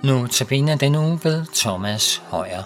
Nu tabiner denne uge ved Thomas Højer.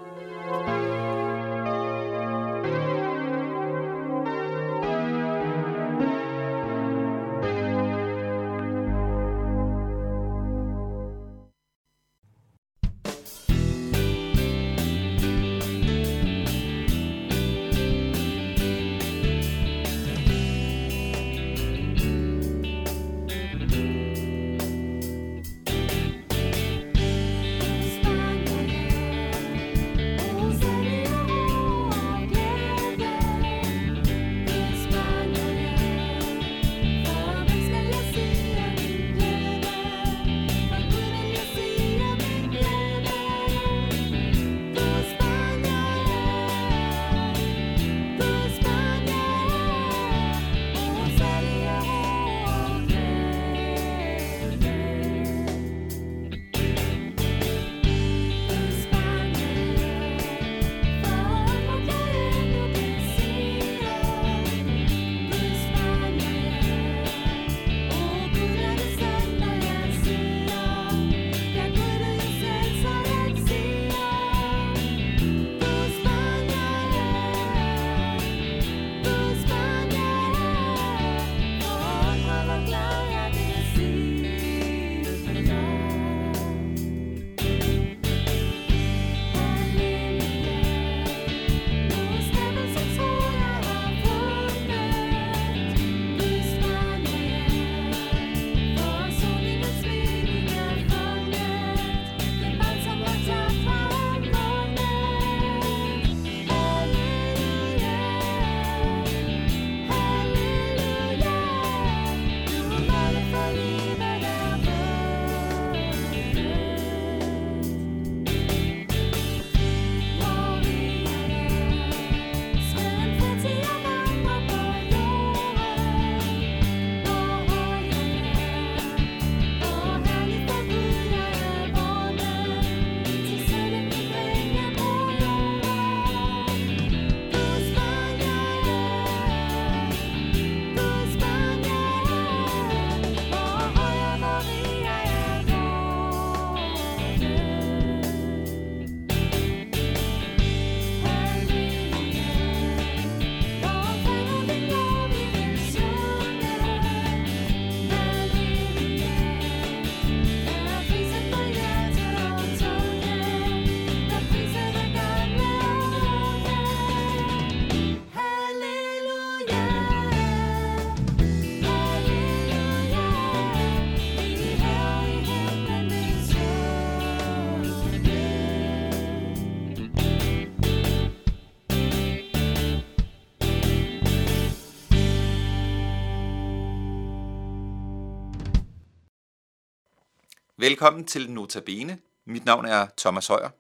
Velkommen til Notabene. Mit navn er Thomas Højer.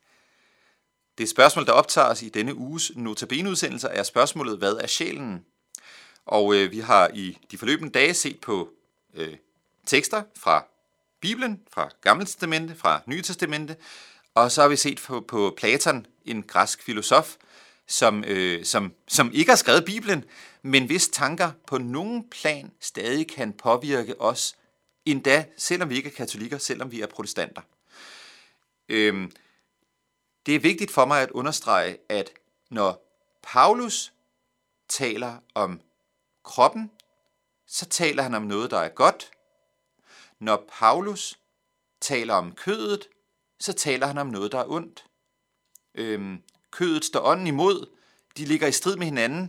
Det spørgsmål, der optager os i denne uges Notabene-udsendelser, er spørgsmålet, hvad er sjælen? Og vi har i de forløbende dage set på tekster fra Bibelen, fra Gamle Testamente, fra Nye Testamente, og så har vi set på Platon, en græsk filosof, som ikke har skrevet Bibelen, men hvis tanker på nogen plan stadig kan påvirke os, endda selvom vi ikke er katolikker, selvom vi er protestanter. Det er vigtigt for mig at understrege, at når Paulus taler om kroppen, så taler han om noget, der er godt. Når Paulus taler om kødet, så taler han om noget, der er ondt. Kødet står ånden imod. De ligger i strid med hinanden.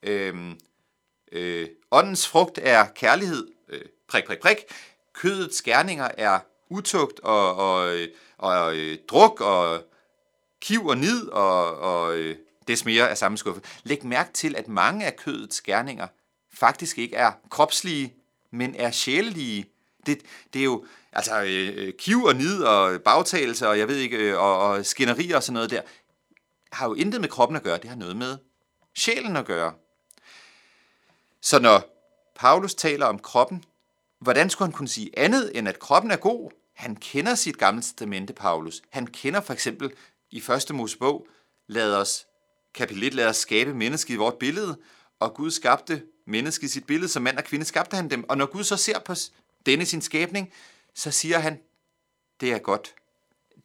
Åndens frugt er kærlighed. Kødets gerninger er utugt og druk og kiv og nid og des mere af samme skuffe. Læg mærke til, at mange af kødets gerninger faktisk ikke er kropslige, men er sjælelige. Det er jo kiv og nid og bagtagelse og jeg ved ikke og skænderier og sådan noget der har jo intet med kroppen at gøre. Det har noget med sjælen at gøre. Så når Paulus taler om kroppen, hvordan skulle han kunne sige andet end at kroppen er god? Han kender sit gamle testamente, Paulus. Han kender for eksempel i 1. Mosebog, kapitel 1, lad os skabe mennesket i vort billede, og Gud skabte mennesket i sit billede, som mand og kvinde skabte han dem. Og når Gud så ser på denne sin skabning, så siger han, det er godt.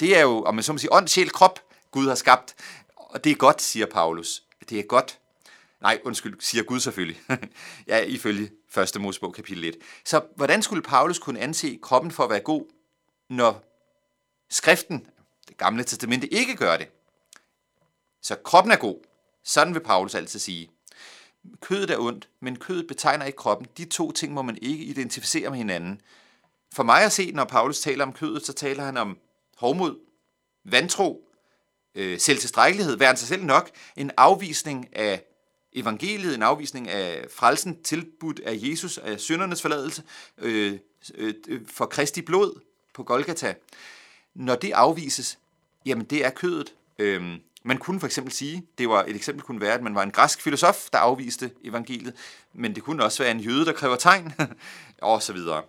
det er jo, om man så må sige, ånd, sjæl, krop, Gud har skabt. Og det er godt, siger Paulus. Det er godt. Nej, undskyld, siger Gud selvfølgelig. Ja, ifølge 1. Mosebog kapitel 1. Så hvordan skulle Paulus kunne anse kroppen for at være god, når skriften, det gamle testamente, ikke gør det? Så kroppen er god. Sådan vil Paulus altid sige. Kødet er ondt, men kødet betegner ikke kroppen. De to ting må man ikke identificere med hinanden. For mig at se, når Paulus taler om kødet, så taler han om hovmod, vantro, selvtilstrækkelighed, væren sig selv nok, en afvisning af evangeliet, en afvisning af frelsen, tilbudt af Jesus, af syndernes forladelse, for Kristi blod på Golgata. Når det afvises, jamen det er kødet. Man kunne for eksempel sige, et eksempel kunne være, at man var en græsk filosof, der afviste evangeliet, men det kunne også være en jøde, der kræver tegn, og så videre.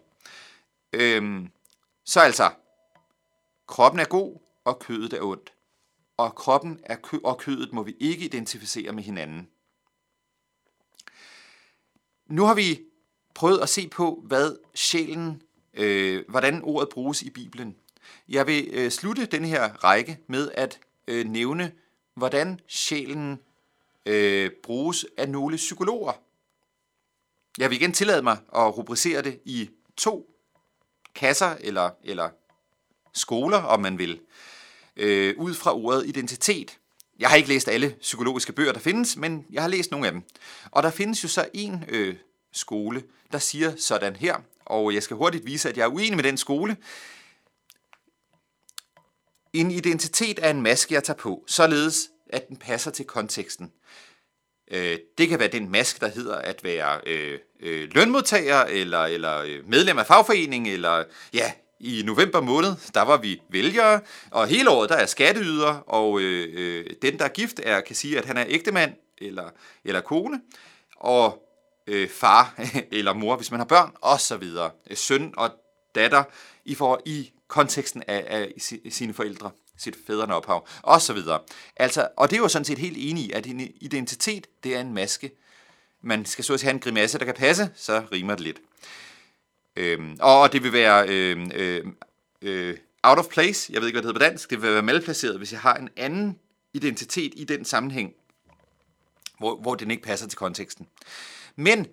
Så altså, kroppen er god, og kødet er ondt. Og kroppen og kødet må vi ikke identificere med hinanden. Nu har vi prøvet at se på, hvad sjælen, hvordan ordet bruges i Bibelen. Jeg vil slutte den her række med at nævne, hvordan sjælen bruges af nogle psykologer. Jeg vil igen tillade mig at rubricere det i 2 kasser eller skoler, om man vil, ud fra ordet identitet. Jeg har ikke læst alle psykologiske bøger, der findes, men jeg har læst nogle af dem. Og der findes jo så en skole, der siger sådan her, og jeg skal hurtigt vise, at jeg er uenig med den skole. En identitet er en maske, jeg tager på, således at den passer til konteksten. Det kan være den maske, der hedder at være lønmodtager, eller medlem af fagforening, eller ja, i november måned, der var vi vælgere, og hele året, der er skatteyder, og den, der er gift, kan sige, at han er ægtemand eller kone, og far eller mor, hvis man har børn, og så videre. Søn og datter i konteksten af sine forældre, sit fædrene ophav, og så videre. Altså, og det er jo sådan set helt enig i, at en identitet, det er en maske. Man skal så at sige have en grimasse, der kan passe, så rimer det lidt. Og det vil være out of place, jeg ved ikke, hvad det hedder på dansk, det vil være malplaceret, hvis jeg har en anden identitet i den sammenhæng, hvor den ikke passer til konteksten. Men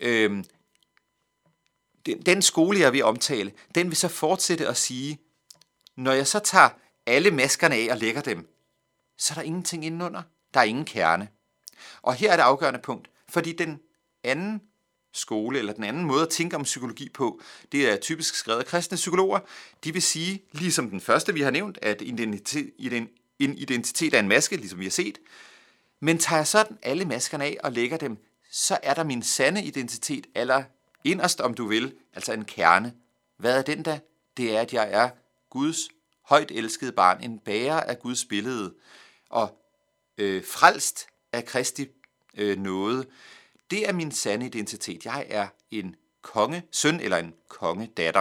den skole, jeg vil omtale, den vil så fortsætte at sige, når jeg så tager alle maskerne af og lægger dem, så er der ingenting indenunder. Der er ingen kerne. Og her er det afgørende punkt, fordi den anden skole, eller den anden måde at tænke om psykologi på, det er typisk skrevet af kristne psykologer. De vil sige, ligesom den første, vi har nævnt, at en identitet er en maske, ligesom vi har set. Men tager jeg sådan alle maskerne af og lægger dem, så er der min sande identitet, eller inderst, om du vil, altså en kerne. Hvad er den da? Det er, at jeg er Guds højt elskede barn, en bærer af Guds billede, og frelst af Kristi nåde. Det er min sande identitet. Jeg er en kongesøn eller en kongedatter.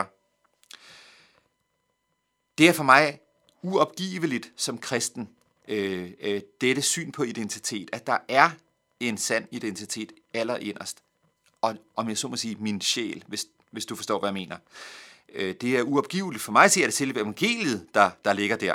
Det er for mig uopgiveligt som kristen, dette syn på identitet, at der er en sand identitet allerinderst. Og om jeg så må sige, min sjæl, hvis du forstår, hvad jeg mener. Det er uopgiveligt. For mig at se, at det selve evangeliet, der ligger der.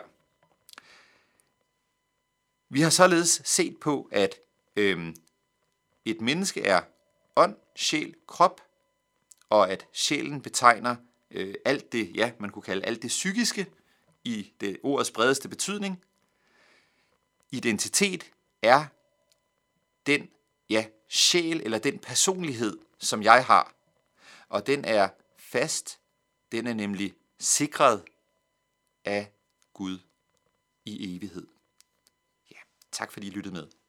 Vi har således set på, at et menneske er ånd, sjæl, krop, og at sjælen betegner alt det, ja, man kunne kalde alt det psykiske i det ordets bredeste betydning. Identitet er den, ja, sjæl eller den personlighed, som jeg har. Og den er fast, den er nemlig sikret af Gud i evighed. Ja, tak fordi I lyttede med.